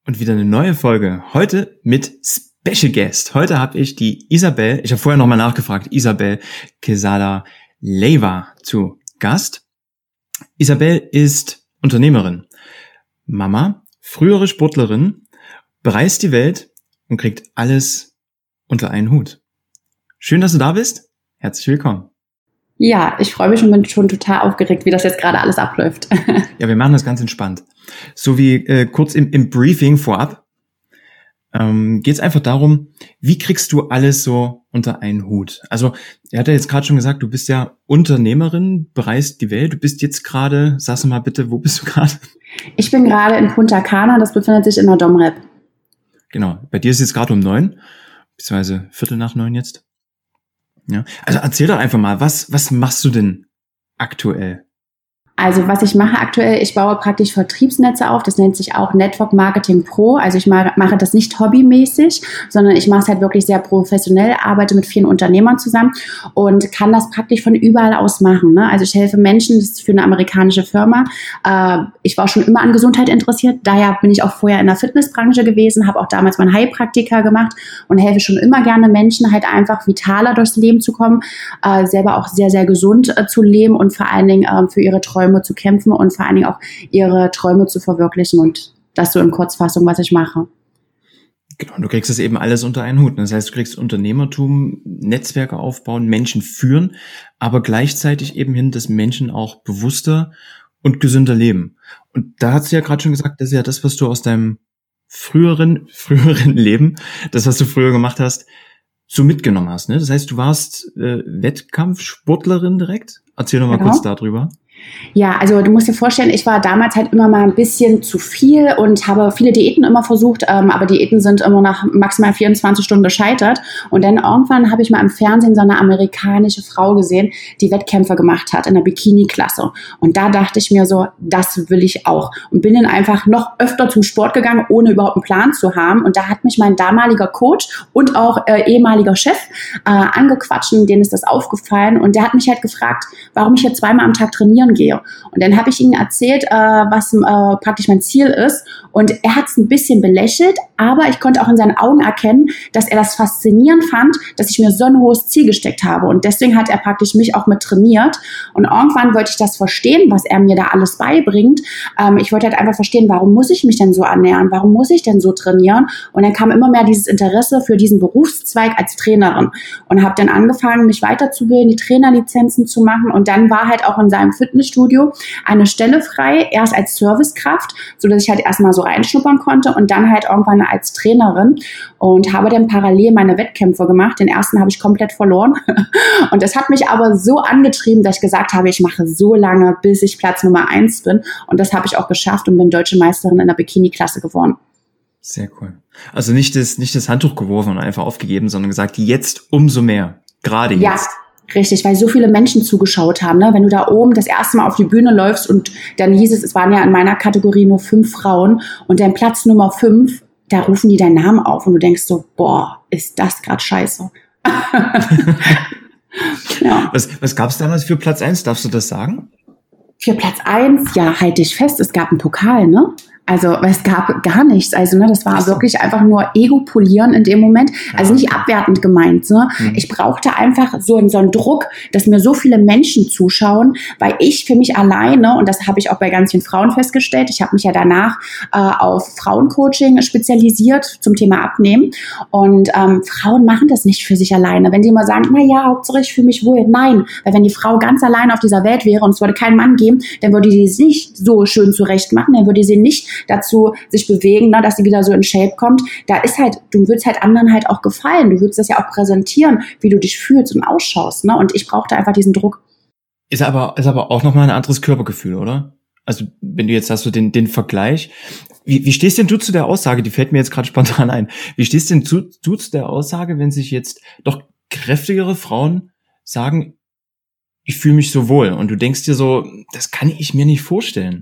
Und wieder eine neue Folge. Heute mit Special Guest. Heute habe ich die Isabel, ich habe vorher nochmal nachgefragt, Isabel Quesada-Leiva zu Gast. Isabel ist Unternehmerin, Mama, frühere Sportlerin, bereist die Welt und kriegt alles unter einen Hut. Schön, dass du da bist. Herzlich willkommen. Ja, ich freue mich und bin schon total aufgeregt, wie das jetzt gerade alles abläuft. Ja, wir machen das ganz entspannt. So wie kurz im Briefing vorab geht es einfach darum, wie kriegst du alles so unter einen Hut? Also, er hat ja jetzt gerade schon gesagt, du bist ja Unternehmerin, bereist die Welt. Du bist jetzt gerade, sag's mal bitte, wo bist du gerade? Ich bin gerade in Punta Cana, das befindet sich in der Domrep. Genau, bei dir ist es jetzt gerade um 9, beziehungsweise 8:45 jetzt. Ja, also erzähl doch einfach mal, was machst du denn aktuell? Also was ich mache aktuell, ich baue praktisch Vertriebsnetze auf, das nennt sich auch Network Marketing Pro, also ich mache das nicht hobbymäßig, sondern ich mache es halt wirklich sehr professionell, arbeite mit vielen Unternehmern zusammen und kann das praktisch von überall aus machen, ne? Also ich helfe Menschen, das ist für eine amerikanische Firma, ich war schon immer an Gesundheit interessiert, daher bin ich auch vorher in der Fitnessbranche gewesen, habe auch damals mein Heilpraktiker gemacht und helfe schon immer gerne Menschen halt einfach vitaler durchs Leben zu kommen, selber auch sehr, sehr gesund zu leben und vor allen Dingen für ihre Träume zu kämpfen und vor allen Dingen auch ihre Träume zu verwirklichen und das so in Kurzfassung, was ich mache. Genau, du kriegst das eben alles unter einen Hut. Das heißt, du kriegst Unternehmertum, Netzwerke aufbauen, Menschen führen, aber gleichzeitig eben hin, dass Menschen auch bewusster und gesünder leben. Und da hast du ja gerade schon gesagt, das ist ja das, was du aus deinem früheren Leben, das, was du früher gemacht hast, so mitgenommen hast, ne? Das heißt, du warst Wettkampfsportlerin direkt? Erzähl doch mal kurz darüber. Ja, also du musst dir vorstellen, ich war damals halt immer mal ein bisschen zu viel und habe viele Diäten immer versucht, aber Diäten sind immer nach maximal 24 Stunden gescheitert. Und dann irgendwann habe ich mal im Fernsehen so eine amerikanische Frau gesehen, die Wettkämpfe gemacht hat in der Bikini-Klasse. Und da dachte ich mir so, das will ich auch. Und bin dann einfach noch öfter zum Sport gegangen, ohne überhaupt einen Plan zu haben. Und da hat mich mein damaliger Coach und auch ehemaliger Chef angequatscht, und denen ist das aufgefallen. Und der hat mich halt gefragt, warum ich jetzt 2-mal am Tag trainieren gehe. Und dann habe ich ihm erzählt, was praktisch mein Ziel ist. Und er hat es ein bisschen belächelt, aber ich konnte auch in seinen Augen erkennen, dass er das faszinierend fand, dass ich mir so ein hohes Ziel gesteckt habe. Und deswegen hat er praktisch mich auch mit trainiert. Und irgendwann wollte ich das verstehen, was er mir da alles beibringt. Ich wollte halt einfach verstehen, warum muss ich mich denn so ernähren? Warum muss ich denn so trainieren? Und dann kam immer mehr dieses Interesse für diesen Berufszweig als Trainerin. Und habe dann angefangen, mich weiterzubilden, die Trainerlizenzen zu machen. Und dann war halt auch in seinem Fitnessstudio eine Stelle frei, erst als Servicekraft, so dass ich halt erstmal so reinschnuppern konnte und dann halt irgendwann als Trainerin und habe dann parallel meine Wettkämpfe gemacht. Den ersten habe ich komplett verloren und das hat mich aber so angetrieben, dass ich gesagt habe, ich mache so lange, bis ich Platz Nummer 1 bin, und das habe ich auch geschafft und bin Deutsche Meisterin in der Bikini-Klasse geworden. Sehr cool. Also nicht das Handtuch geworfen und einfach aufgegeben, sondern gesagt, jetzt umso mehr. Gerade jetzt. Ja. Richtig, weil so viele Menschen zugeschaut haben, ne? Wenn du da oben das erste Mal auf die Bühne läufst und dann hieß es waren ja in meiner Kategorie nur 5 Frauen und dann Platz Nummer 5, da rufen die deinen Namen auf und du denkst so, boah, ist das gerade scheiße. Ja. Was gab es damals für Platz 1? Darfst du das sagen? Für Platz 1, ja, halt dich fest, es gab einen Pokal, ne? Also es gab gar nichts. Also ne, das war wirklich einfach nur Ego polieren in dem Moment. Also nicht abwertend gemeint. Ne? Ich brauchte einfach so einen Druck, dass mir so viele Menschen zuschauen, weil ich für mich alleine, und das habe ich auch bei ganz vielen Frauen festgestellt, ich habe mich ja danach auf Frauencoaching spezialisiert zum Thema Abnehmen. Und Frauen machen das nicht für sich alleine. Wenn sie immer sagen, na ja, Hauptsache ich fühle mich wohl. Nein, weil wenn die Frau ganz alleine auf dieser Welt wäre und es würde keinen Mann geben, dann würde sie es nicht so schön zurecht machen, dann würde sie nicht dazu sich bewegen, ne, dass sie wieder so in Shape kommt. Da ist halt, du würdest halt anderen halt auch gefallen. Du würdest das ja auch präsentieren, wie du dich fühlst und ausschaust, ne? Und ich brauchte einfach diesen Druck. Ist aber auch nochmal ein anderes Körpergefühl, oder? Also, wenn du jetzt hast du den Vergleich. Wie stehst denn du zu der Aussage? Die fällt mir jetzt gerade spontan ein. Wie stehst denn du zu der Aussage, wenn sich jetzt doch kräftigere Frauen sagen, ich fühle mich so wohl, und du denkst dir so, das kann ich mir nicht vorstellen?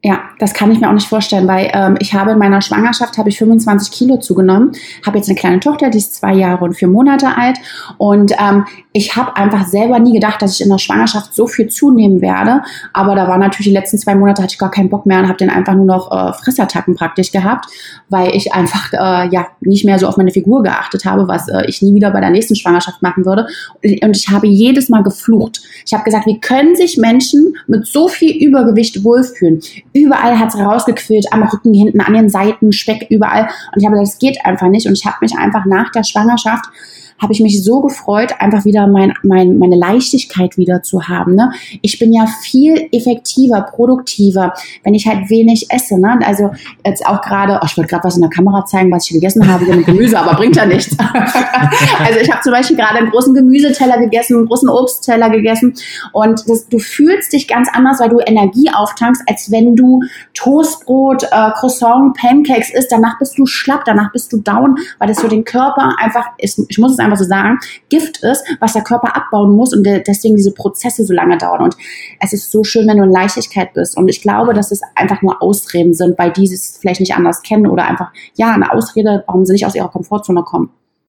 Ja, das kann ich mir auch nicht vorstellen, weil ich habe in meiner Schwangerschaft 25 Kilo zugenommen, habe jetzt eine kleine Tochter, die ist 2 Jahre und 4 Monate alt und ich habe einfach selber nie gedacht, dass ich in der Schwangerschaft so viel zunehmen werde, aber da war natürlich die letzten 2 Monate, hatte ich gar keinen Bock mehr und habe dann einfach nur noch Fressattacken praktisch gehabt, weil ich einfach nicht mehr so auf meine Figur geachtet habe, was ich nie wieder bei der nächsten Schwangerschaft machen würde und ich habe jedes Mal geflucht. Ich habe gesagt, wie können sich Menschen mit so viel Übergewicht wohlfühlen? Überall hat es rausgequillt, am Rücken, hinten, an den Seiten, Speck, überall. Und ich habe gesagt, das geht einfach nicht. Und ich habe mich einfach nach der Schwangerschaft, habe ich mich so gefreut, einfach wieder meine Leichtigkeit wieder zu haben. Ne? Ich bin ja viel effektiver, produktiver, wenn ich halt wenig esse. Ne? Also jetzt auch gerade, ich wollte gerade was in der Kamera zeigen, was ich gegessen habe mit Gemüse, aber bringt ja nichts. Also ich habe zum Beispiel gerade einen großen Gemüseteller gegessen, einen großen Obstteller gegessen und du fühlst dich ganz anders, weil du Energie auftankst, als wenn du Toastbrot, Croissant, Pancakes isst. Danach bist du schlapp, danach bist du down, weil das für den Körper einfach ist, ich muss es einfach so sagen, Gift ist, was der Körper abbauen muss und deswegen diese Prozesse so lange dauern. Und es ist so schön, wenn du in Leichtigkeit bist. Und ich glaube, dass es einfach nur Ausreden sind, weil die es vielleicht nicht anders kennen oder einfach, eine Ausrede, warum sie nicht aus ihrer Komfortzone kommen.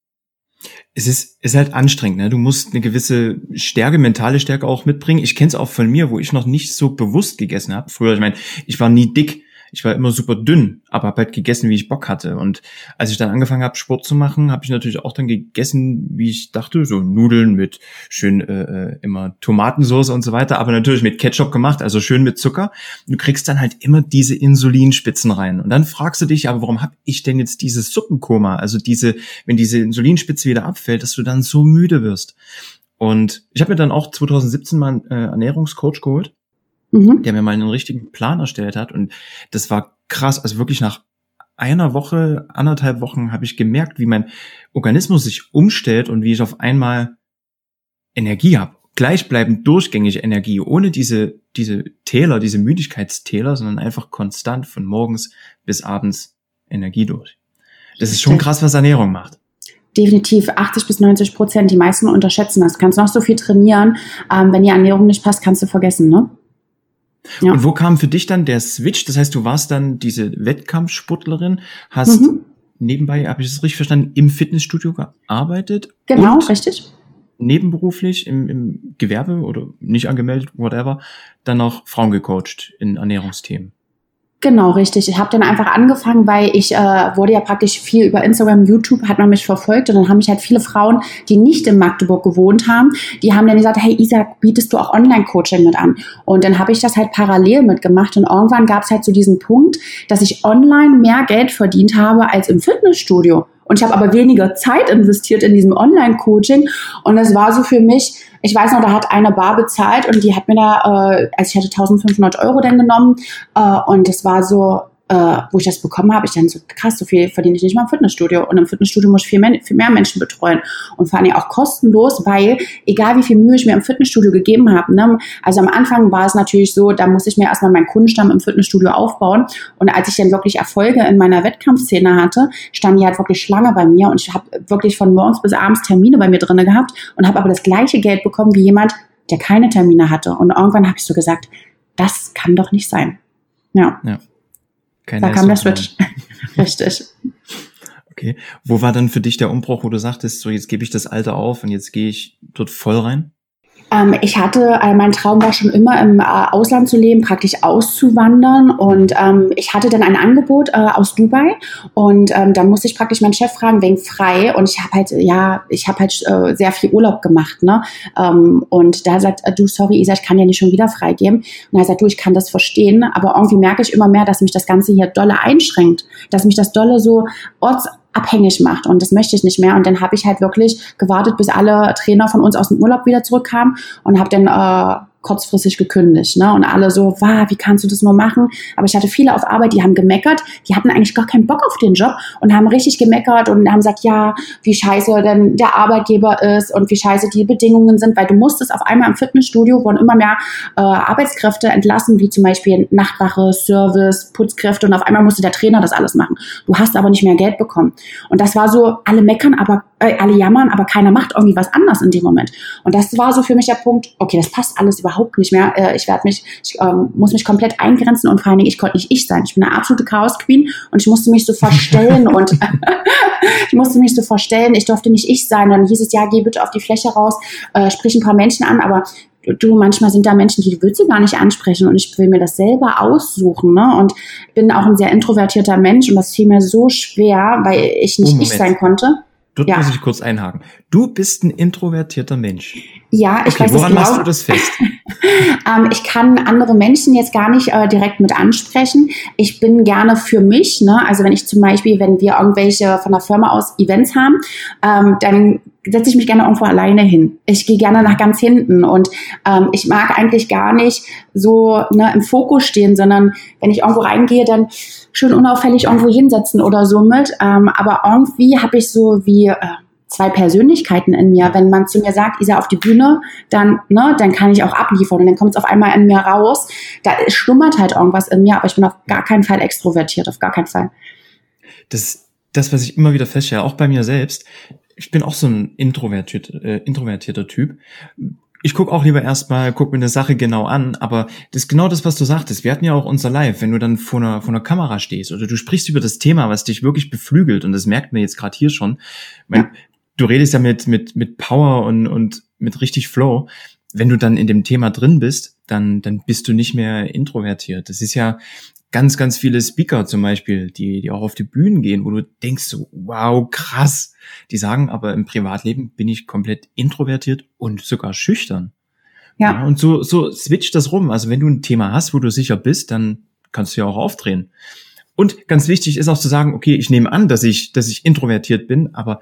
Es ist halt anstrengend, ne? Du musst eine gewisse Stärke, mentale Stärke auch mitbringen. Ich kenne es auch von mir, wo ich noch nicht so bewusst gegessen habe. Früher, ich meine, ich war nie dick. Ich war immer super dünn, aber habe halt gegessen, wie ich Bock hatte. Und als ich dann angefangen habe, Sport zu machen, habe ich natürlich auch dann gegessen, wie ich dachte, so Nudeln mit schön immer Tomatensauce und so weiter, aber natürlich mit Ketchup gemacht, also schön mit Zucker. Du kriegst dann halt immer diese Insulinspitzen rein. Und dann fragst du dich, aber warum habe ich denn jetzt dieses Suppenkoma? Also wenn diese Insulinspitze wieder abfällt, dass du dann so müde wirst. Und ich habe mir dann auch 2017 mal einen Ernährungscoach geholt, der mir mal einen richtigen Plan erstellt hat. Und das war krass. Also wirklich nach einer Woche, 1,5 Wochen habe ich gemerkt, wie mein Organismus sich umstellt und wie ich auf einmal Energie habe. Gleichbleibend durchgängig Energie, ohne diese Täler, diese Müdigkeitstäler, sondern einfach konstant von morgens bis abends Energie durch. Das ist schon krass, was Ernährung macht. Definitiv 80-90%. Die meisten unterschätzen das. Du kannst noch so viel trainieren. Wenn die Ernährung nicht passt, kannst du vergessen, ne? Ja. Und wo kam für dich dann der Switch? Das heißt, du warst dann diese Wettkampfsportlerin, hast nebenbei, habe ich das richtig verstanden, im Fitnessstudio gearbeitet? Genau, und richtig. Nebenberuflich im Gewerbe oder nicht angemeldet, whatever, dann auch Frauen gecoacht in Ernährungsthemen. Genau, richtig. Ich habe dann einfach angefangen, weil ich wurde ja praktisch viel über Instagram, YouTube, hat man mich verfolgt und dann haben mich halt viele Frauen, die nicht in Magdeburg gewohnt haben, die haben dann gesagt, hey Isa, bietest du auch Online-Coaching mit an? Und dann habe ich das halt parallel mitgemacht und irgendwann gab es halt so diesen Punkt, dass ich online mehr Geld verdient habe als im Fitnessstudio. Und ich habe aber weniger Zeit investiert in diesem Online-Coaching und das war so für mich, ich weiß noch, da hat eine Bar bezahlt und die hat mir da, also ich hatte 1.500 € dann genommen und das war so, wo ich das bekommen habe, ich dann so, krass, so viel verdiene ich nicht mal im Fitnessstudio. Und im Fitnessstudio muss ich viel mehr Menschen betreuen. Und vor allem auch kostenlos, weil egal wie viel Mühe ich mir im Fitnessstudio gegeben habe, ne, also am Anfang war es natürlich so, da musste ich mir erstmal meinen Kundenstamm im Fitnessstudio aufbauen. Und als ich dann wirklich Erfolge in meiner Wettkampfszene hatte, standen die halt wirklich Schlange bei mir. Und ich habe wirklich von morgens bis abends Termine bei mir drin gehabt und habe aber das gleiche Geld bekommen wie jemand, der keine Termine hatte. Und irgendwann habe ich so gesagt, das kann doch nicht sein. Ja. Da kam der Switch. Richtig. Okay. Wo war dann für dich der Umbruch, wo du sagtest, so jetzt gebe ich das Alte auf und jetzt gehe ich dort voll rein? Ich hatte, mein Traum war schon immer im Ausland zu leben, praktisch auszuwandern und ich hatte dann ein Angebot aus Dubai und dann musste ich praktisch meinen Chef fragen wegen frei und ich habe halt sehr viel Urlaub gemacht, ne? Und da sagt du, sorry Isa, ich kann dir nicht schon wieder freigeben. Und er sagt, du, ich kann das verstehen, aber irgendwie merke ich immer mehr, dass mich das Ganze hier dolle einschränkt, dass mich das dolle so abhängig macht und das möchte ich nicht mehr. Und dann habe ich halt wirklich gewartet, bis alle Trainer von uns aus dem Urlaub wieder zurückkamen und habe dann kurzfristig gekündigt, ne? Und alle so, wie kannst du das nur machen? Aber ich hatte viele auf Arbeit, die haben gemeckert, die hatten eigentlich gar keinen Bock auf den Job und haben richtig gemeckert und haben gesagt, ja, wie scheiße denn der Arbeitgeber ist und wie scheiße die Bedingungen sind, weil du musstest auf einmal im Fitnessstudio, wurden immer mehr Arbeitskräfte entlassen, wie zum Beispiel Nachtwache, Service, Putzkräfte und auf einmal musste der Trainer das alles machen. Du hast aber nicht mehr Geld bekommen. Und das war so, alle meckern, aber alle jammern, aber keiner macht irgendwie was anders in dem Moment. Und das war so für mich der Punkt, okay, das passt alles überhaupt nicht mehr. Ich muss mich komplett eingrenzen und vor allen Dingen, ich konnte nicht ich sein. Ich bin eine absolute Chaos-Queen und ich musste mich so verstellen und ich durfte nicht ich sein. Dann hieß es, ja, geh bitte auf die Fläche raus, sprich ein paar Menschen an, aber du, manchmal sind da Menschen, die willst du gar nicht ansprechen und ich will mir das selber aussuchen, ne? Und bin auch ein sehr introvertierter Mensch und das fiel mir so schwer, weil ich nicht ich sein konnte. Dort muss ich kurz einhaken. Du bist ein introvertierter Mensch. Ja, ich weiß woran machst du das fest? Ich kann andere Menschen jetzt gar nicht direkt mit ansprechen. Ich bin gerne für mich, ne? Also wenn wir irgendwelche von der Firma aus Events haben, dann setze ich mich gerne irgendwo alleine hin. Ich gehe gerne nach ganz hinten und ich mag eigentlich gar nicht so im Fokus stehen, sondern wenn ich irgendwo reingehe, dann schön unauffällig irgendwo hinsetzen oder so mit. Aber irgendwie habe ich so wie zwei Persönlichkeiten in mir. Wenn man zu mir sagt, Isa auf die Bühne, dann kann ich auch abliefern und dann kommt es auf einmal in mir raus. Da schlummert halt irgendwas in mir, aber ich bin auf gar keinen Fall extrovertiert, auf gar keinen Fall. Das, was ich immer wieder feststelle, auch bei mir selbst. Ich bin auch so ein introvertierter Typ. Ich gucke auch lieber guck mir eine Sache genau an, aber das ist genau das, was du sagtest. Wir hatten ja auch unser Live, wenn du dann vor einer Kamera stehst oder du sprichst über das Thema, was dich wirklich beflügelt und das merkt man jetzt gerade hier schon. Du redest ja mit Power und mit richtig Flow. Wenn du dann in dem Thema drin bist, dann bist du nicht mehr introvertiert. Das ist ja ganz, ganz viele Speaker zum Beispiel, die auch auf die Bühnen gehen, wo du denkst so, wow, krass. Die sagen aber im Privatleben bin ich komplett introvertiert und sogar schüchtern. Ja, und so switcht das rum. Also wenn du ein Thema hast, wo du sicher bist, dann kannst du ja auch aufdrehen. Und ganz wichtig ist auch zu sagen, okay, ich nehme an, dass ich introvertiert bin, aber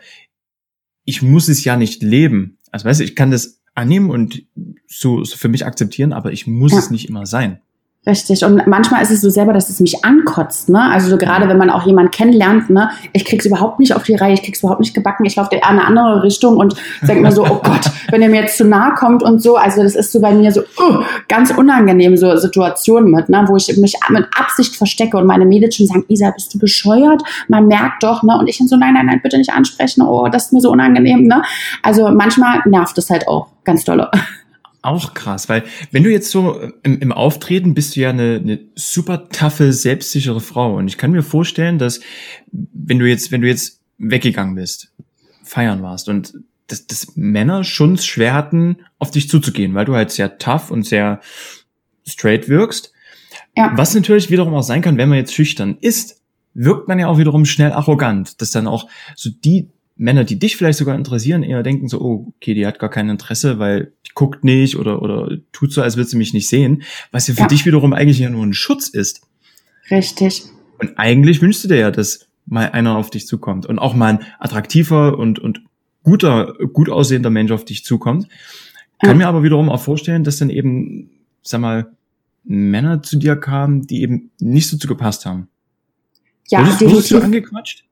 ich muss es ja nicht leben. Also weißt du, ich kann das annehmen und so für mich akzeptieren, aber ich muss es nicht immer sein. Richtig. Und manchmal ist es so selber, dass es mich ankotzt, ne? Also so gerade, wenn man auch jemanden kennenlernt, ne? Ich krieg's überhaupt nicht auf die Reihe, ich krieg's überhaupt nicht gebacken, ich laufe in eine andere Richtung und denke mir so, oh Gott, wenn er mir jetzt zu nahe kommt und so. Also das ist so bei mir so ganz unangenehm, so Situationen ne? Wo ich mich mit Absicht verstecke und meine Mädels schon sagen, Isa, bist du bescheuert? Man merkt doch, ne? Und ich dann so, nein, bitte nicht ansprechen, oh, das ist mir so unangenehm, ne? Also manchmal nervt es halt auch ganz dolle. Auch krass, weil wenn du jetzt so im Auftreten bist du ja eine super taffe, selbstsichere Frau und ich kann mir vorstellen, dass wenn du jetzt weggegangen bist, feiern warst und dass Männer schon schwer hatten, auf dich zuzugehen, weil du halt sehr tough und sehr straight wirkst. Ja. Was natürlich wiederum auch sein kann, wenn man jetzt schüchtern ist, wirkt man ja auch wiederum schnell arrogant, dass dann auch so die Männer, die dich vielleicht sogar interessieren, eher denken so, oh, okay, die hat gar kein Interesse, weil die guckt nicht oder tut so, als würde sie mich nicht sehen, was ja für dich wiederum eigentlich ja nur ein Schutz ist. Richtig. Und eigentlich wünschst du dir ja, dass mal einer auf dich zukommt und auch mal ein attraktiver und gut aussehender Mensch auf dich zukommt. Kann mir aber wiederum auch vorstellen, dass dann eben, sag mal, Männer zu dir kamen, die eben nicht so zugepasst haben. Ja, wurdest du angequatscht?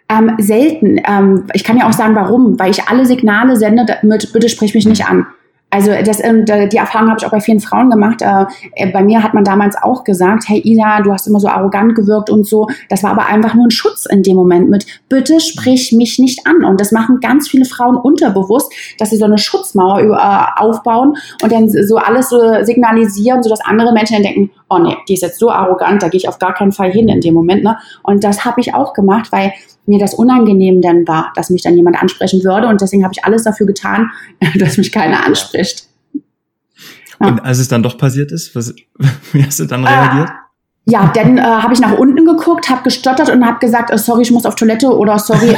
Selten. Ich kann ja auch sagen, warum. Weil ich alle Signale sende mit, bitte sprich mich nicht an. Also die Erfahrung habe ich auch bei vielen Frauen gemacht. Bei mir hat man damals auch gesagt, hey Isa, du hast immer so arrogant gewirkt und so. Das war aber einfach nur ein Schutz in dem Moment mit, bitte sprich mich nicht an. Und das machen ganz viele Frauen unterbewusst, dass sie so eine Schutzmauer aufbauen und dann so alles so signalisieren, sodass andere Menschen dann denken, oh nee, die ist jetzt so arrogant, da gehe ich auf gar keinen Fall hin in dem Moment. Ne? Und das habe ich auch gemacht, weil mir das unangenehm dann war, dass mich dann jemand ansprechen würde. Und deswegen habe ich alles dafür getan, dass mich keiner anspricht. Ja. Und als es dann doch passiert ist, wie hast du dann reagiert? Ja, dann habe ich nach unten geguckt, habe gestottert und habe gesagt, sorry, ich muss auf Toilette oder sorry,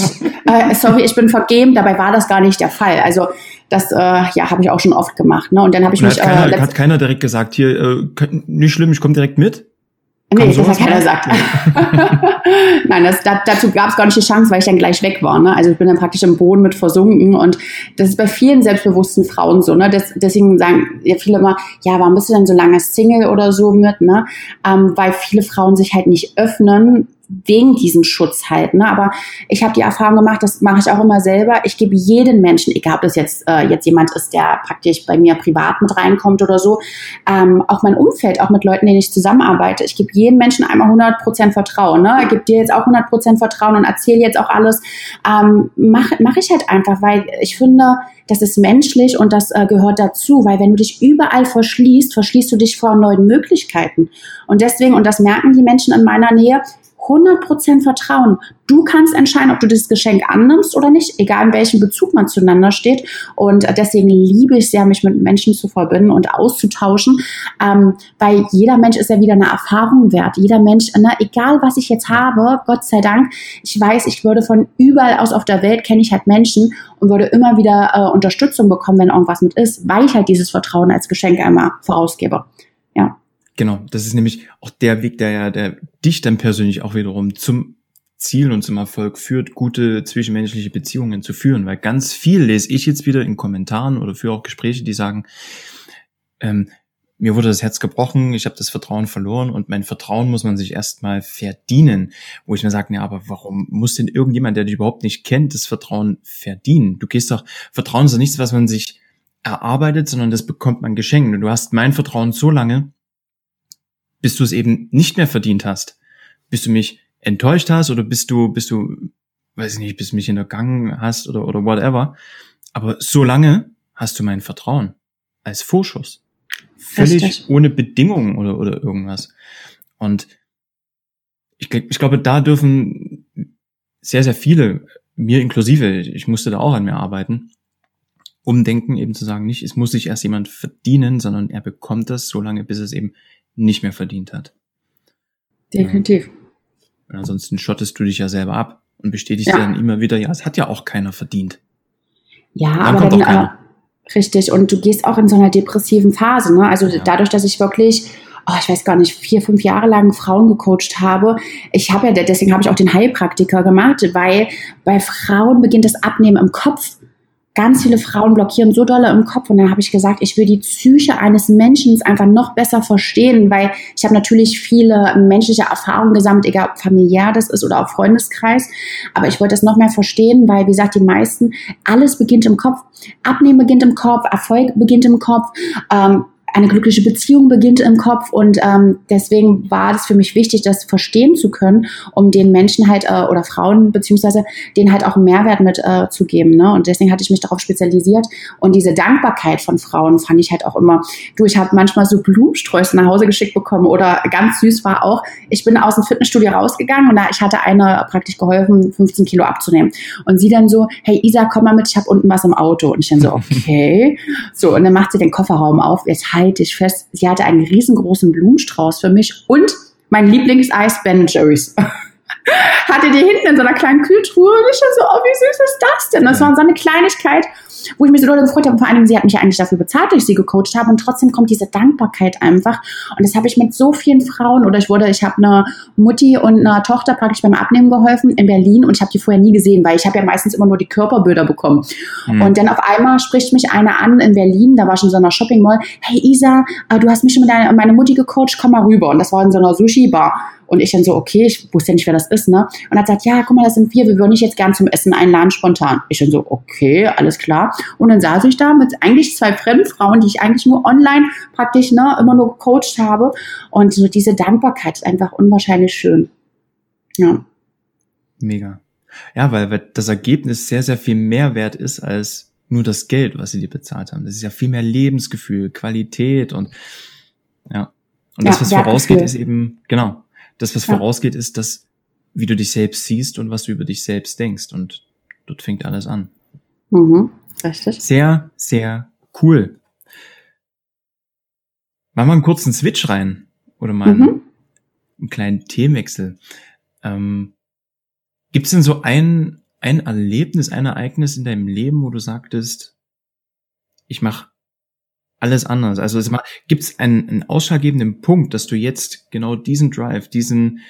ich bin vergeben. Dabei war das gar nicht der Fall. Also das habe ich auch schon oft gemacht. Ne? Und dann habe ich mich... Hat keiner direkt gesagt, hier, nicht schlimm, ich komme direkt mit? Nee, das hat keiner gesagt. Nein, dazu gab es gar nicht die Chance, weil ich dann gleich weg war. Ne? Also ich bin dann praktisch im Boden mit versunken und das ist bei vielen selbstbewussten Frauen so. Ne? Deswegen sagen ja viele immer, ja, warum bist du denn so lange Single oder so mit? Ne? Weil viele Frauen sich halt nicht öffnen wegen diesem Schutz halt, ne? Aber ich habe die Erfahrung gemacht, das mache ich auch immer selber. Ich gebe jeden Menschen, egal ob das jetzt jemand ist, der praktisch bei mir privat mit reinkommt oder so, auch mein Umfeld, auch mit Leuten, denen ich zusammenarbeite. Ich gebe jedem Menschen einmal 100% Vertrauen, ne? Ich gebe dir jetzt auch 100% Vertrauen und erzähle jetzt auch alles. Mach ich halt einfach, weil ich finde, das ist menschlich und das gehört dazu, weil wenn du dich überall verschließt du dich vor neuen Möglichkeiten. Und deswegen, und das merken die Menschen in meiner Nähe, 100% Vertrauen. Du kannst entscheiden, ob du das Geschenk annimmst oder nicht, egal in welchem Bezug man zueinander steht. Und deswegen liebe ich sehr, mich mit Menschen zu verbinden und auszutauschen, weil jeder Mensch ist ja wieder eine Erfahrung wert. Jeder Mensch, ne, egal was ich jetzt habe, Gott sei Dank, ich weiß, ich würde von überall aus auf der Welt, kenne ich halt Menschen und würde immer wieder Unterstützung bekommen, wenn irgendwas mit ist, weil ich halt dieses Vertrauen als Geschenk einmal vorausgebe. Ja. Genau, das ist nämlich auch der Weg, der dich dann persönlich auch wiederum zum Ziel und zum Erfolg führt, gute zwischenmenschliche Beziehungen zu führen. Weil ganz viel lese ich jetzt wieder in Kommentaren oder führe auch Gespräche, die sagen, mir wurde das Herz gebrochen, ich habe das Vertrauen verloren und mein Vertrauen muss man sich erstmal verdienen. Wo ich mir sage, ja, aber warum muss denn irgendjemand, der dich überhaupt nicht kennt, das Vertrauen verdienen? Vertrauen ist doch nichts, was man sich erarbeitet, sondern das bekommt man geschenkt. Und du hast mein Vertrauen so lange, bis du es eben nicht mehr verdient hast, bis du mich enttäuscht hast oder bis du, weiß ich nicht, bis du mich hintergangen hast oder whatever. Aber so lange hast du mein Vertrauen als Vorschuss. Völlig Richtig. Ohne Bedingungen oder irgendwas. Und ich glaube, da dürfen sehr, sehr viele, mir inklusive, ich musste da auch an mir arbeiten, umdenken, eben zu sagen, nicht, es muss sich erst jemand verdienen, sondern er bekommt das so lange, bis es eben nicht mehr verdient hat. Definitiv. Und ansonsten schottest du dich ja selber ab und bestätigst dir dann immer wieder, ja, es hat ja auch keiner verdient. Ja, dann aber kommt wenn, auch keiner. Richtig, und du gehst auch in so einer depressiven Phase, ne? Also dadurch, dass ich wirklich, ich weiß gar nicht, 4, 5 Jahre lang Frauen gecoacht habe. Deswegen habe ich auch den Heilpraktiker gemacht, weil bei Frauen beginnt das Abnehmen im Kopf. Ganz viele Frauen blockieren so dolle im Kopf und dann habe ich gesagt, ich will die Psyche eines Menschen einfach noch besser verstehen, weil ich habe natürlich viele menschliche Erfahrungen gesammelt, egal ob familiär das ist oder auch Freundeskreis, aber ich wollte das noch mehr verstehen, weil, wie gesagt, die meisten, alles beginnt im Kopf. Abnehmen beginnt im Kopf, Erfolg beginnt im Kopf, eine glückliche Beziehung beginnt im Kopf und deswegen war es für mich wichtig, das verstehen zu können, um den Menschen halt oder Frauen beziehungsweise denen halt auch einen Mehrwert mit zu geben. Ne? Und deswegen hatte ich mich darauf spezialisiert und diese Dankbarkeit von Frauen fand ich halt auch immer, ich habe manchmal so Blumensträuße nach Hause geschickt bekommen oder ganz süß war auch, ich bin aus dem Fitnessstudio rausgegangen und ich hatte einer praktisch geholfen, 15 Kilo abzunehmen und sie dann so, hey Isa, komm mal mit, ich habe unten was im Auto und ich dann so, okay. So, und dann macht sie den Kofferraum auf, jetzt halte ich fest, sie hatte einen riesengroßen Blumenstrauß für mich und mein Lieblingseis Ben Jerry's. Hatte die hinten in so einer kleinen Kühltruhe und ich dann so, wie süß ist das denn? Das war so eine Kleinigkeit, wo ich mich so doll gefreut habe. Und vor allem, sie hat mich ja eigentlich dafür bezahlt, dass ich sie gecoacht habe und trotzdem kommt diese Dankbarkeit einfach. Und das habe ich mit so vielen Frauen ich habe einer Mutti und einer Tochter praktisch beim Abnehmen geholfen in Berlin und ich habe die vorher nie gesehen, weil ich habe ja meistens immer nur die Körperbilder bekommen. Und dann auf einmal spricht mich einer an in Berlin, da war schon in so einer Shopping Mall, hey Isa, du hast mich schon mit meine Mutti gecoacht, komm mal rüber. Und das war in so einer Sushi-Bar. Und ich dann so, okay, ich wusste ja nicht, wer das ist, ne? Und er hat gesagt, ja, guck mal, das sind wir würden dich jetzt gern zum Essen einladen, spontan. Ich dann so, okay, alles klar. Und dann saß ich da mit eigentlich 2 Fremdfrauen, die ich eigentlich nur online praktisch, ne, immer nur gecoacht habe. Und so diese Dankbarkeit ist einfach unwahrscheinlich schön. Ja. Mega. Ja, weil das Ergebnis sehr, sehr viel mehr wert ist als nur das Geld, was sie dir bezahlt haben. Das ist ja viel mehr Lebensgefühl, Qualität und ja. Und das, was vorausgeht, ist eben, genau. Das, was vorausgeht, ist das, wie du dich selbst siehst und was du über dich selbst denkst. Und dort fängt alles an. Mhm, richtig. Sehr, sehr cool. Machen wir einen kurzen Switch rein. Oder mal einen kleinen Themenwechsel. Gibt es denn so ein Erlebnis, ein Ereignis in deinem Leben, wo du sagtest, ich mache alles anders? Also gibt es einen ausschlaggebenden Punkt, dass du jetzt genau diesen Drive, dieses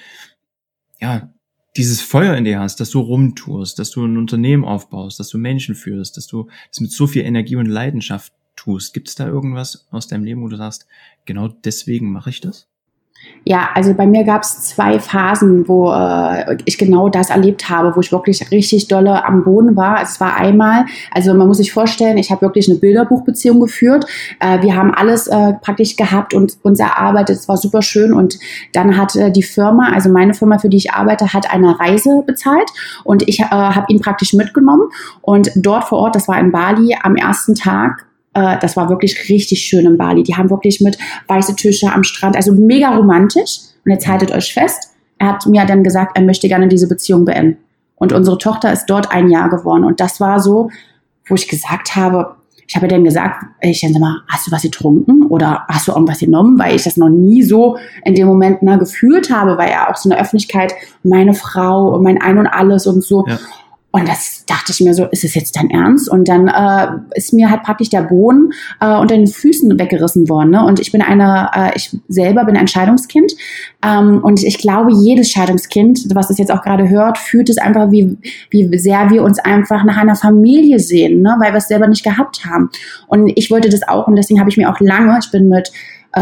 Feuer in dir hast, dass du rumtust, dass du ein Unternehmen aufbaust, dass du Menschen führst, dass du das mit so viel Energie und Leidenschaft tust. Gibt es da irgendwas aus deinem Leben, wo du sagst, genau deswegen mache ich das? Ja, also bei mir gab es 2 Phasen, wo ich genau das erlebt habe, wo ich wirklich richtig dolle am Boden war. Es war einmal, also man muss sich vorstellen, ich habe wirklich eine Bilderbuchbeziehung geführt. Wir haben alles praktisch gehabt und uns erarbeitet. Es war super schön. Und dann hat die Firma, also meine Firma, für die ich arbeite, hat eine Reise bezahlt. Und ich habe ihn praktisch mitgenommen. Und dort vor Ort, das war in Bali, am ersten Tag, das war wirklich richtig schön in Bali. Die haben wirklich mit weiße Tische am Strand, also mega romantisch. Und jetzt haltet euch fest, er hat mir dann gesagt, er möchte gerne diese Beziehung beenden. Und unsere Tochter ist dort 1 Jahr geworden. Und das war so, wo ich gesagt habe, ich habe dann gesagt, ich denke mal, hast du was getrunken oder hast du irgendwas genommen? Weil ich das noch nie so in dem Moment gefühlt habe, weil er auch so in der Öffentlichkeit, meine Frau und mein Ein und Alles und so. Ja. Und das dachte ich mir so, ist es jetzt dein Ernst? Und dann ist mir halt praktisch der Boden unter den Füßen weggerissen worden. Ne? Und ich selber bin ein Scheidungskind. Und ich glaube, jedes Scheidungskind, was es jetzt auch gerade hört, fühlt es einfach, wie sehr wir uns einfach nach einer Familie sehen, ne? Weil wir es selber nicht gehabt haben. Und ich wollte das auch. Und deswegen habe ich mir auch ich bin mit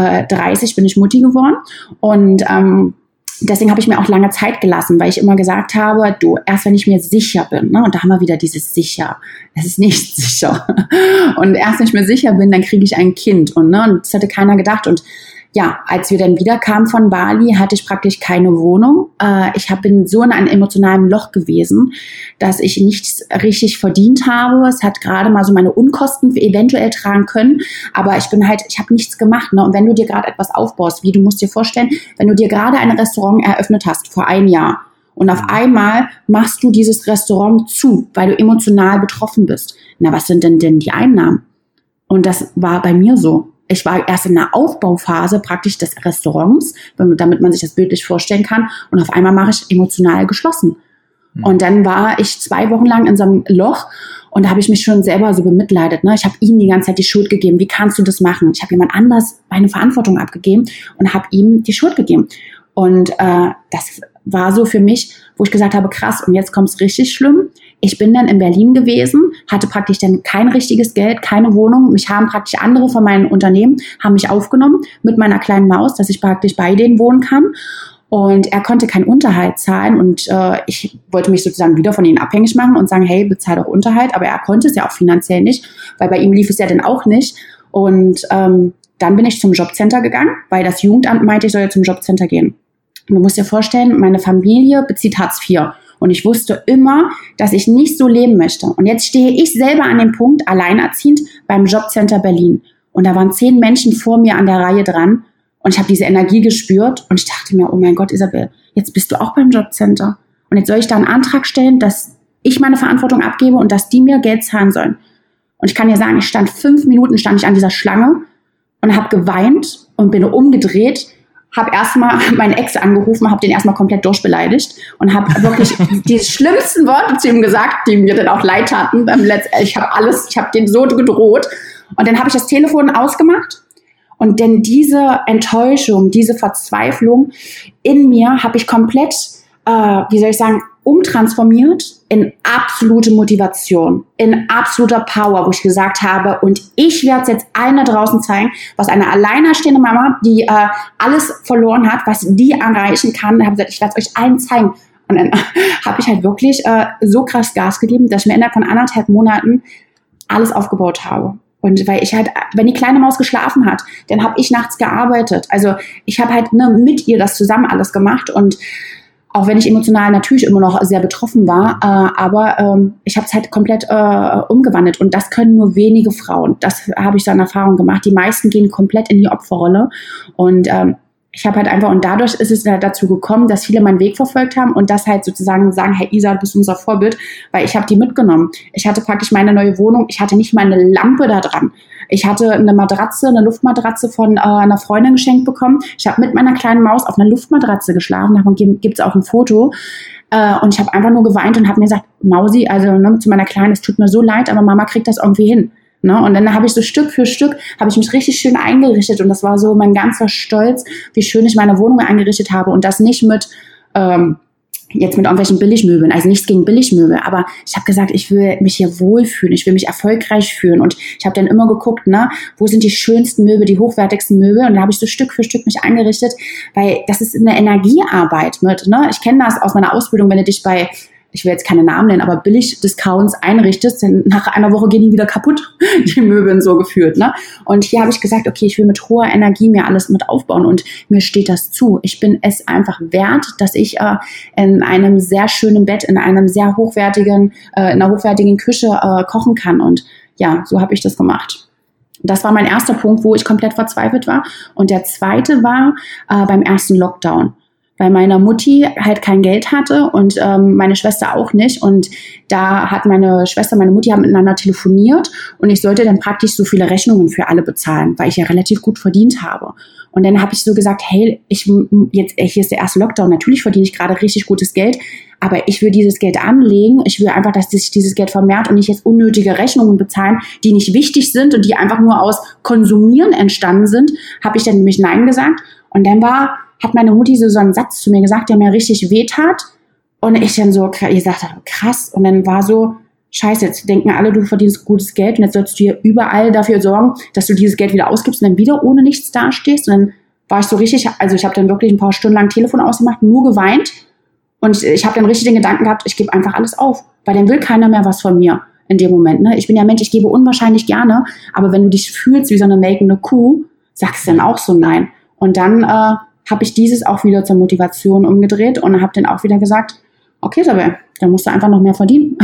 30 bin ich Mutti geworden. Und deswegen habe ich mir auch lange Zeit gelassen, weil ich immer gesagt habe, erst wenn ich mir sicher bin, ne, und da haben wir wieder dieses sicher, es ist nicht sicher. Und erst wenn ich mir sicher bin, dann kriege ich ein Kind. Und das hätte keiner gedacht. Und ja, als wir dann wiederkamen von Bali, hatte ich praktisch keine Wohnung. Ich bin so in einem emotionalen Loch gewesen, dass ich nichts richtig verdient habe. Es hat gerade mal so meine Unkosten eventuell tragen können, aber ich habe nichts gemacht. Ne? Und wenn du dir gerade etwas aufbaust, du musst dir vorstellen, wenn du dir gerade ein Restaurant eröffnet hast vor 1 Jahr und auf einmal machst du dieses Restaurant zu, weil du emotional betroffen bist. Na, was sind denn die Einnahmen? Und das war bei mir so. Ich war erst in der Aufbauphase praktisch des Restaurants, damit man sich das bildlich vorstellen kann. Und auf einmal mache ich emotional geschlossen. Und dann war ich 2 Wochen lang in so einem Loch und da habe ich mich schon selber so bemitleidet. Ne? Ich habe ihm die ganze Zeit die Schuld gegeben. Wie kannst du das machen? Ich habe jemand anders meine Verantwortung abgegeben und habe ihm die Schuld gegeben. Und das war so für mich, wo ich gesagt habe, krass, und jetzt kommt es richtig schlimm. Ich bin dann in Berlin gewesen, hatte praktisch dann kein richtiges Geld, keine Wohnung. Mich haben praktisch andere von meinen Unternehmen, haben mich aufgenommen mit meiner kleinen Maus, dass ich praktisch bei denen wohnen kann. Und er konnte keinen Unterhalt zahlen und ich wollte mich sozusagen wieder von ihnen abhängig machen und sagen, hey, bezahl doch Unterhalt. Aber er konnte es ja auch finanziell nicht, weil bei ihm lief es ja dann auch nicht. Und dann bin ich zum Jobcenter gegangen, weil das Jugendamt meinte, ich soll ja zum Jobcenter gehen. Und du musst dir vorstellen, meine Familie bezieht Hartz IV. Und ich wusste immer, dass ich nicht so leben möchte. Und jetzt stehe ich selber an dem Punkt, alleinerziehend, beim Jobcenter Berlin. Und da waren 10 Menschen vor mir an der Reihe dran. Und ich habe diese Energie gespürt. Und ich dachte mir, oh mein Gott, Isabel, jetzt bist du auch beim Jobcenter. Und jetzt soll ich da einen Antrag stellen, dass ich meine Verantwortung abgebe und dass die mir Geld zahlen sollen. Und ich kann dir sagen, ich stand 5 Minuten an dieser Schlange und habe geweint und bin umgedreht, habe erstmal meinen Ex angerufen, habe den erstmal komplett durchbeleidigt und habe wirklich die schlimmsten Worte zu ihm gesagt, die mir dann auch leid taten. Ich habe den so gedroht. Und dann habe ich das Telefon ausgemacht und dann diese Enttäuschung, diese Verzweiflung in mir habe ich komplett, umtransformiert in absolute Motivation, in absoluter Power, wo ich gesagt habe, und ich werde es jetzt allen da draußen zeigen, was eine alleinerstehende Mama, die alles verloren hat, was die erreichen kann. Ich habe gesagt, ich werde es euch allen zeigen. Und dann habe ich halt wirklich so krass Gas gegeben, dass ich mir innerhalb von 1,5 Monaten alles aufgebaut habe. Und weil ich halt, wenn die kleine Maus geschlafen hat, dann habe ich nachts gearbeitet. Also ich habe halt mit ihr das zusammen alles gemacht und auch wenn ich emotional natürlich immer noch sehr betroffen war, aber ich habe es halt komplett umgewandelt und das können nur wenige Frauen. Das habe ich so eine Erfahrung gemacht. Die meisten gehen komplett in die Opferrolle und ich habe halt einfach, und dadurch ist es halt dazu gekommen, dass viele meinen Weg verfolgt haben und das halt sozusagen sagen, hey Isa, du bist unser Vorbild, weil ich habe die mitgenommen. Ich hatte praktisch meine neue Wohnung, ich hatte nicht mal eine Lampe da dran. Ich hatte eine Luftmatratze von einer Freundin geschenkt bekommen. Ich habe mit meiner kleinen Maus auf einer Luftmatratze geschlafen, davon gibt es auch ein Foto. Und ich habe einfach nur geweint und habe mir gesagt, Mausi, zu meiner Kleinen, es tut mir so leid, aber Mama kriegt das irgendwie hin. Ne? Und dann habe ich so Stück für Stück, habe ich mich richtig schön eingerichtet und das war so mein ganzer Stolz, wie schön ich meine Wohnung eingerichtet habe und das nicht mit Jetzt mit irgendwelchen Billigmöbeln, also nichts gegen Billigmöbel, aber ich habe gesagt, ich will mich hier wohlfühlen, ich will mich erfolgreich fühlen und ich habe dann immer geguckt, ne, wo sind die schönsten Möbel, die hochwertigsten Möbel und da habe ich so Stück für Stück mich eingerichtet, weil das ist eine Energiearbeit mit, ne, ich kenne das aus meiner Ausbildung, wenn du dich bei, ich will jetzt keine Namen nennen, aber Billig-Discounts einrichtest, dann nach einer Woche gehen die wieder kaputt, die Möbeln so gefühlt, ne? Und hier habe ich gesagt, okay, ich will mit hoher Energie mir alles mit aufbauen und mir steht das zu. Ich bin es einfach wert, dass ich in einem sehr schönen Bett, in einem sehr hochwertigen, in einer hochwertigen Küche kochen kann und ja, so habe ich das gemacht. Das war mein erster Punkt, wo ich komplett verzweifelt war. Und der zweite war beim ersten Lockdown, weil meine Mutti halt kein Geld hatte und meine Schwester auch nicht. Und da hat meine Schwester, meine Mutti haben miteinander telefoniert und ich sollte dann praktisch so viele Rechnungen für alle bezahlen, weil ich ja relativ gut verdient habe. Und dann habe ich so gesagt, hey, hier ist der erste Lockdown, natürlich verdiene ich gerade richtig gutes Geld, aber ich will dieses Geld anlegen, ich will einfach, dass sich dieses Geld vermehrt und nicht jetzt unnötige Rechnungen bezahlen, die nicht wichtig sind und die einfach nur aus Konsumieren entstanden sind, habe ich dann nämlich Nein gesagt. Und dann hat meine Mutti so einen Satz zu mir gesagt, der mir richtig wehtat. Und ich dann so, ich sagte, krass. Und dann war so, scheiße, jetzt denken alle, du verdienst gutes Geld und jetzt sollst du hier überall dafür sorgen, dass du dieses Geld wieder ausgibst und dann wieder ohne nichts dastehst. Und dann war ich so richtig, also ich habe dann wirklich ein paar Stunden lang Telefon ausgemacht, nur geweint. Und ich habe dann richtig den Gedanken gehabt, ich gebe einfach alles auf, weil dann will keiner mehr was von mir in dem Moment. Ne? Ich bin ja Mensch, ich gebe unwahrscheinlich gerne, aber wenn du dich fühlst wie so eine melkende Kuh, sagst du dann auch so nein. Und dann habe ich dieses auch wieder zur Motivation umgedreht und habe dann auch wieder gesagt, okay, Isabel, dann musst du einfach noch mehr verdienen,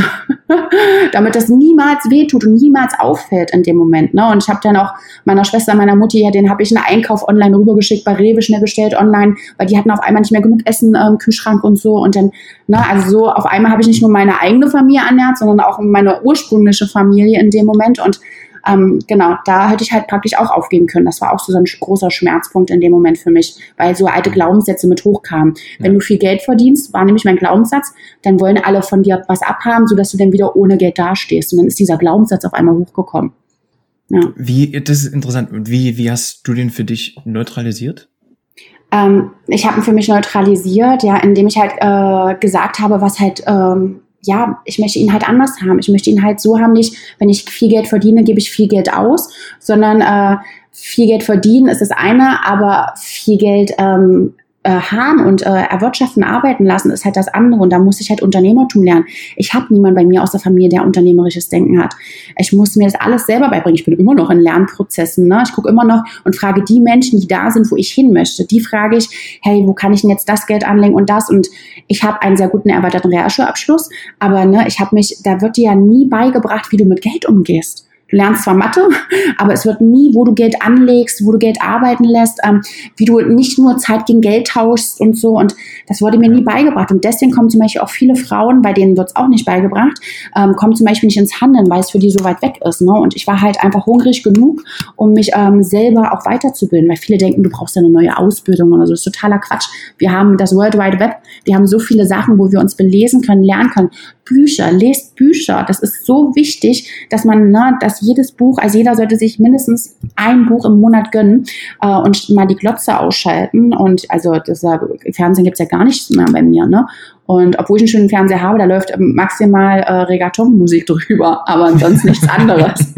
damit das niemals wehtut und niemals auffällt in dem Moment. Ne? Und ich habe dann auch meiner Schwester, meiner Mutti, ja, den habe ich einen Einkauf online rübergeschickt, bei Rewe schnell bestellt online, weil die hatten auf einmal nicht mehr genug Essen im Kühlschrank und so. Und dann, ne, also so auf einmal habe ich nicht nur meine eigene Familie ernährt, sondern auch meine ursprüngliche Familie in dem Moment. Und genau, da hätte ich halt praktisch auch aufgeben können. Das war auch so ein großer Schmerzpunkt in dem Moment für mich, weil so alte Glaubenssätze mit hochkamen. Ja. Wenn du viel Geld verdienst, war nämlich mein Glaubenssatz, dann wollen alle von dir was abhaben, sodass du dann wieder ohne Geld dastehst. Und dann ist dieser Glaubenssatz auf einmal hochgekommen. Ja. Das ist interessant. Und wie hast du den für dich neutralisiert? Ich habe ihn für mich neutralisiert, ja, indem ich halt gesagt habe, was halt ja, ich möchte ihn halt anders haben. Ich möchte ihn halt so haben, nicht, wenn ich viel Geld verdiene, gebe ich viel Geld aus, sondern viel Geld verdienen ist das eine, aber viel Geld haben und erwirtschaften, arbeiten lassen, ist halt das andere. Und da muss ich halt Unternehmertum lernen. Ich habe niemanden bei mir aus der Familie, der unternehmerisches Denken hat. Ich muss mir das alles selber beibringen. Ich bin immer noch in Lernprozessen. Ne? Ich gucke immer noch und frage die Menschen, die da sind, wo ich hin möchte. Die frage ich, hey, wo kann ich denn jetzt das Geld anlegen und das? Und ich habe einen sehr guten erweiterten Realschulabschluss, aber ne, da wird dir ja nie beigebracht, wie du mit Geld umgehst. Du lernst zwar Mathe, aber es wird nie, wo du Geld anlegst, wo du Geld arbeiten lässt, wie du nicht nur Zeit gegen Geld tauschst und so. Und das wurde mir nie beigebracht. Und deswegen kommen zum Beispiel auch viele Frauen, bei denen wird es auch nicht beigebracht, kommen zum Beispiel nicht ins Handeln, weil es für die so weit weg ist. Ne? Und ich war halt einfach hungrig genug, um mich selber auch weiterzubilden. Weil viele denken, du brauchst eine neue Ausbildung oder so. Das ist totaler Quatsch. Wir haben das World Wide Web. Wir haben so viele Sachen, wo wir uns belesen können, lernen können. Bücher, lest Bücher. Das ist so wichtig, dass man, ne, dass jedes Buch, also jeder sollte sich mindestens ein Buch im Monat gönnen und mal die Glotze ausschalten. Und also Fernsehen gibt's ja gar nichts mehr bei mir, ne? Und obwohl ich einen schönen Fernseher habe, da läuft maximal Reggaeton-Musik drüber, aber ansonsten nichts anderes.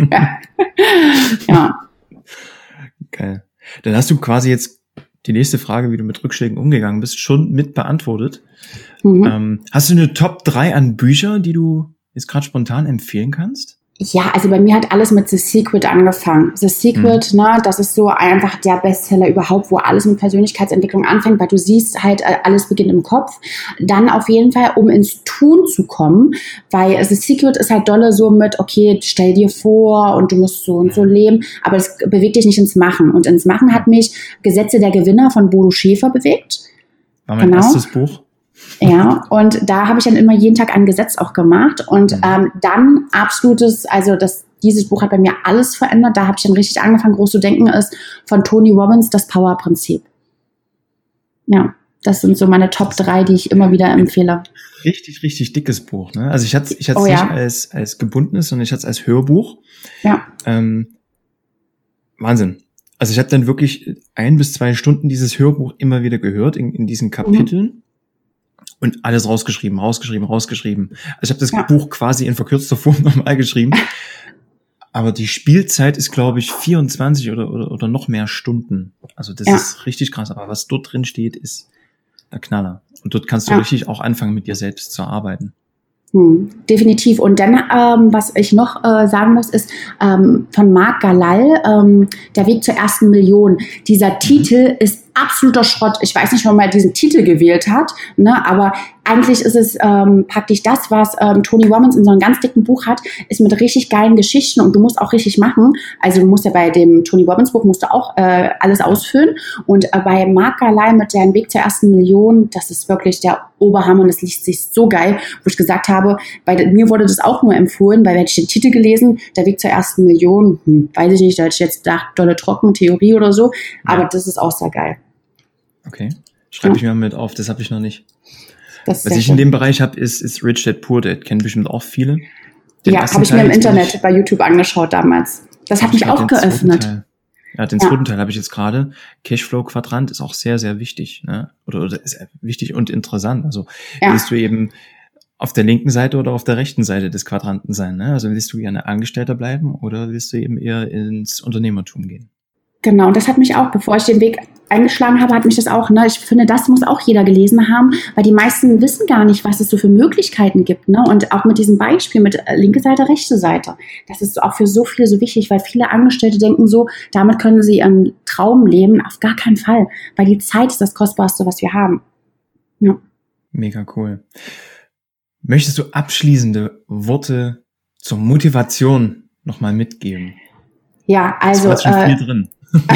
Ja. Geil. Dann hast du quasi jetzt die nächste Frage, wie du mit Rückschlägen umgegangen bist, schon mit beantwortet. Mhm. Hast du eine Top 3 an Büchern, die du jetzt gerade spontan empfehlen kannst? Ja, also bei mir hat alles mit The Secret angefangen. The Secret, ne, das ist so einfach der Bestseller überhaupt, wo alles mit Persönlichkeitsentwicklung anfängt, weil du siehst halt, alles beginnt im Kopf. Dann auf jeden Fall, um ins Tun zu kommen, weil The Secret ist halt dolle so mit, okay, stell dir vor und du musst so und so leben, aber es bewegt dich nicht ins Machen. Und ins Machen hat mich Gesetze der Gewinner von Bodo Schäfer bewegt. War mein erstes Buch. Ja, und da habe ich dann immer jeden Tag ein Gesetz auch gemacht und dann absolutes, also dieses Buch hat bei mir alles verändert, da habe ich dann richtig angefangen, groß zu denken, ist von Tony Robbins das Power-Prinzip. Ja, das sind so meine Top 3, die ich immer wieder empfehle. Richtig, richtig dickes Buch, ne? Also ich hatte es nicht als gebundenes, sondern ich hatte es als Hörbuch. Ja. Wahnsinn. Also ich habe dann wirklich 1 bis 2 Stunden dieses Hörbuch immer wieder gehört in diesen Kapiteln. und alles rausgeschrieben. Also ich habe das Buch quasi in verkürzter Form nochmal geschrieben. Aber die Spielzeit ist, glaube ich, 24 oder noch mehr Stunden. Also das ist richtig krass. Aber was dort drin steht, ist der Knaller. Und dort kannst du richtig auch anfangen, mit dir selbst zu arbeiten. Definitiv. Und dann, was ich noch sagen muss, ist von Marc Galal, Der Weg zur ersten Million. Dieser Titel ist absoluter Schrott. Ich weiß nicht, warum er diesen Titel gewählt hat, ne? Aber eigentlich ist es praktisch das, was Tony Robbins in so einem ganz dicken Buch hat, ist mit richtig geilen Geschichten und du musst auch richtig machen. Also du musst ja bei dem Tony Robbins Buch musst du auch alles ausfüllen und bei Marc Galal mit Der Weg zur ersten Million, das ist wirklich der Oberhammer und das liest sich so geil, wo ich gesagt habe, bei mir wurde das auch nur empfohlen, weil hätte ich den Titel gelesen, Der Weg zur ersten Million, weiß ich nicht, da hätte ich jetzt gedacht, dolle trocken, Theorie oder so, aber das ist auch sehr geil. Okay, schreibe ich mir mit auf, das habe ich noch nicht. Was ich schön. in dem Bereich habe, ist Rich Dad Poor Dad, kennen bestimmt auch viele. Habe ich mir im Internet bei YouTube angeschaut damals. Das hat mich auch geöffnet. Den zweiten Teil habe ich jetzt gerade. Cashflow-Quadrant ist auch sehr, sehr wichtig, ne? Oder ist wichtig und interessant. Also willst du eben auf der linken Seite oder auf der rechten Seite des Quadranten sein, ne? Also willst du gerne Angestellter bleiben oder willst du eben eher ins Unternehmertum gehen? Genau, und das hat mich auch, bevor ich den Weg eingeschlagen habe, hat mich das auch, ne, ich finde, das muss auch jeder gelesen haben, weil die meisten wissen gar nicht, was es so für Möglichkeiten gibt, ne, und auch mit diesem Beispiel mit linke Seite, rechte Seite, das ist auch für so viele so wichtig, weil viele Angestellte denken so, damit können sie ihren Traum leben, auf gar keinen Fall, weil die Zeit ist das Kostbarste, was wir haben. Ja. Mega cool. Möchtest du abschließende Worte zur Motivation nochmal mitgeben? Ja, also schon viel drin.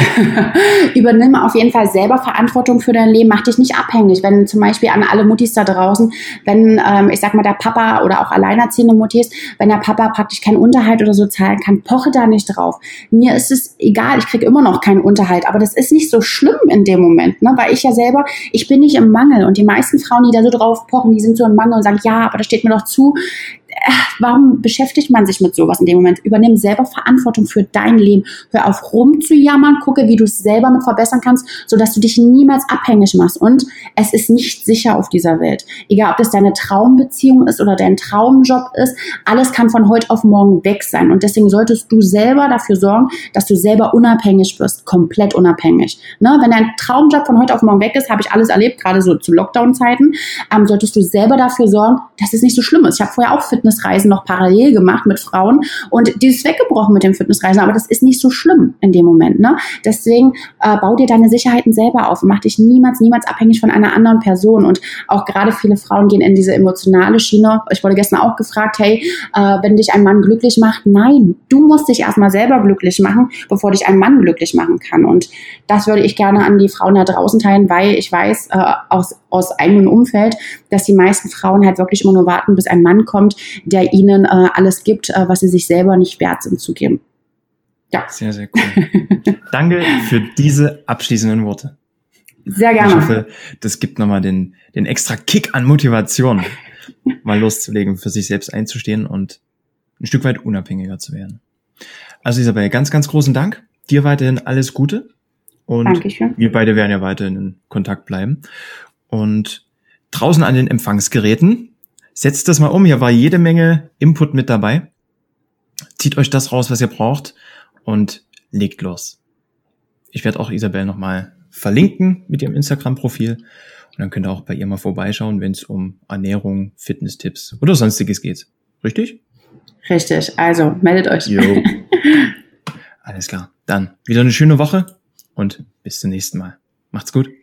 Übernimm auf jeden Fall selber Verantwortung für dein Leben, mach dich nicht abhängig. Wenn zum Beispiel an alle Muttis da draußen, wenn, ich sag mal, der Papa oder auch alleinerziehende Muttis, wenn der Papa praktisch keinen Unterhalt oder so zahlen kann, poche da nicht drauf. Mir ist es egal, ich kriege immer noch keinen Unterhalt, aber das ist nicht so schlimm in dem Moment, ne? Weil ich ja selber, ich bin nicht im Mangel und die meisten Frauen, die da so drauf pochen, die sind so im Mangel und sagen, ja, aber das steht mir doch zu. Warum beschäftigt man sich mit sowas in dem Moment? Übernimm selber Verantwortung für dein Leben. Hör auf rumzujammern, gucke, wie du es selber mit verbessern kannst, sodass du dich niemals abhängig machst. Und es ist nicht sicher auf dieser Welt. Egal, ob das deine Traumbeziehung ist oder dein Traumjob ist, alles kann von heute auf morgen weg sein. Und deswegen solltest du selber dafür sorgen, dass du selber unabhängig wirst, komplett unabhängig. Ne? Wenn dein Traumjob von heute auf morgen weg ist, habe ich alles erlebt, gerade so zu Lockdown-Zeiten, solltest du selber dafür sorgen, dass es nicht so schlimm ist. Ich habe vorher auch Fitnessreisen noch parallel gemacht mit Frauen und die ist weggebrochen mit dem Fitnessreisen, aber das ist nicht so schlimm in dem Moment. Ne? Deswegen bau dir deine Sicherheiten selber auf und mach dich niemals abhängig von einer anderen Person. Und auch gerade viele Frauen gehen in diese emotionale Schiene. Ich wurde gestern auch gefragt, hey, wenn dich ein Mann glücklich macht, nein, du musst dich erstmal selber glücklich machen, bevor dich ein Mann glücklich machen kann. Und das würde ich gerne an die Frauen da draußen teilen, weil ich weiß aus eigenem Umfeld, dass die meisten Frauen halt wirklich immer nur warten, bis ein Mann kommt, der ihnen alles gibt, was sie sich selber nicht wert sind zu geben. Ja. Sehr, sehr cool. Danke für diese abschließenden Worte. Sehr gerne. Ich hoffe, das gibt nochmal den extra Kick an Motivation, mal loszulegen, für sich selbst einzustehen und ein Stück weit unabhängiger zu werden. Also Isabel, ganz, ganz großen Dank. Dir weiterhin alles Gute. Und Dankeschön. Wir beide werden ja weiterhin in Kontakt bleiben. Und draußen an den Empfangsgeräten, setzt das mal um. Hier war jede Menge Input mit dabei. Zieht euch das raus, was ihr braucht und legt los. Ich werde auch Isabel nochmal verlinken mit ihrem Instagram-Profil. Und dann könnt ihr auch bei ihr mal vorbeischauen, wenn es um Ernährung, Fitnesstipps oder sonstiges geht. Richtig? Richtig. Also meldet euch. Jo. Alles klar. Dann wieder eine schöne Woche und bis zum nächsten Mal. Macht's gut.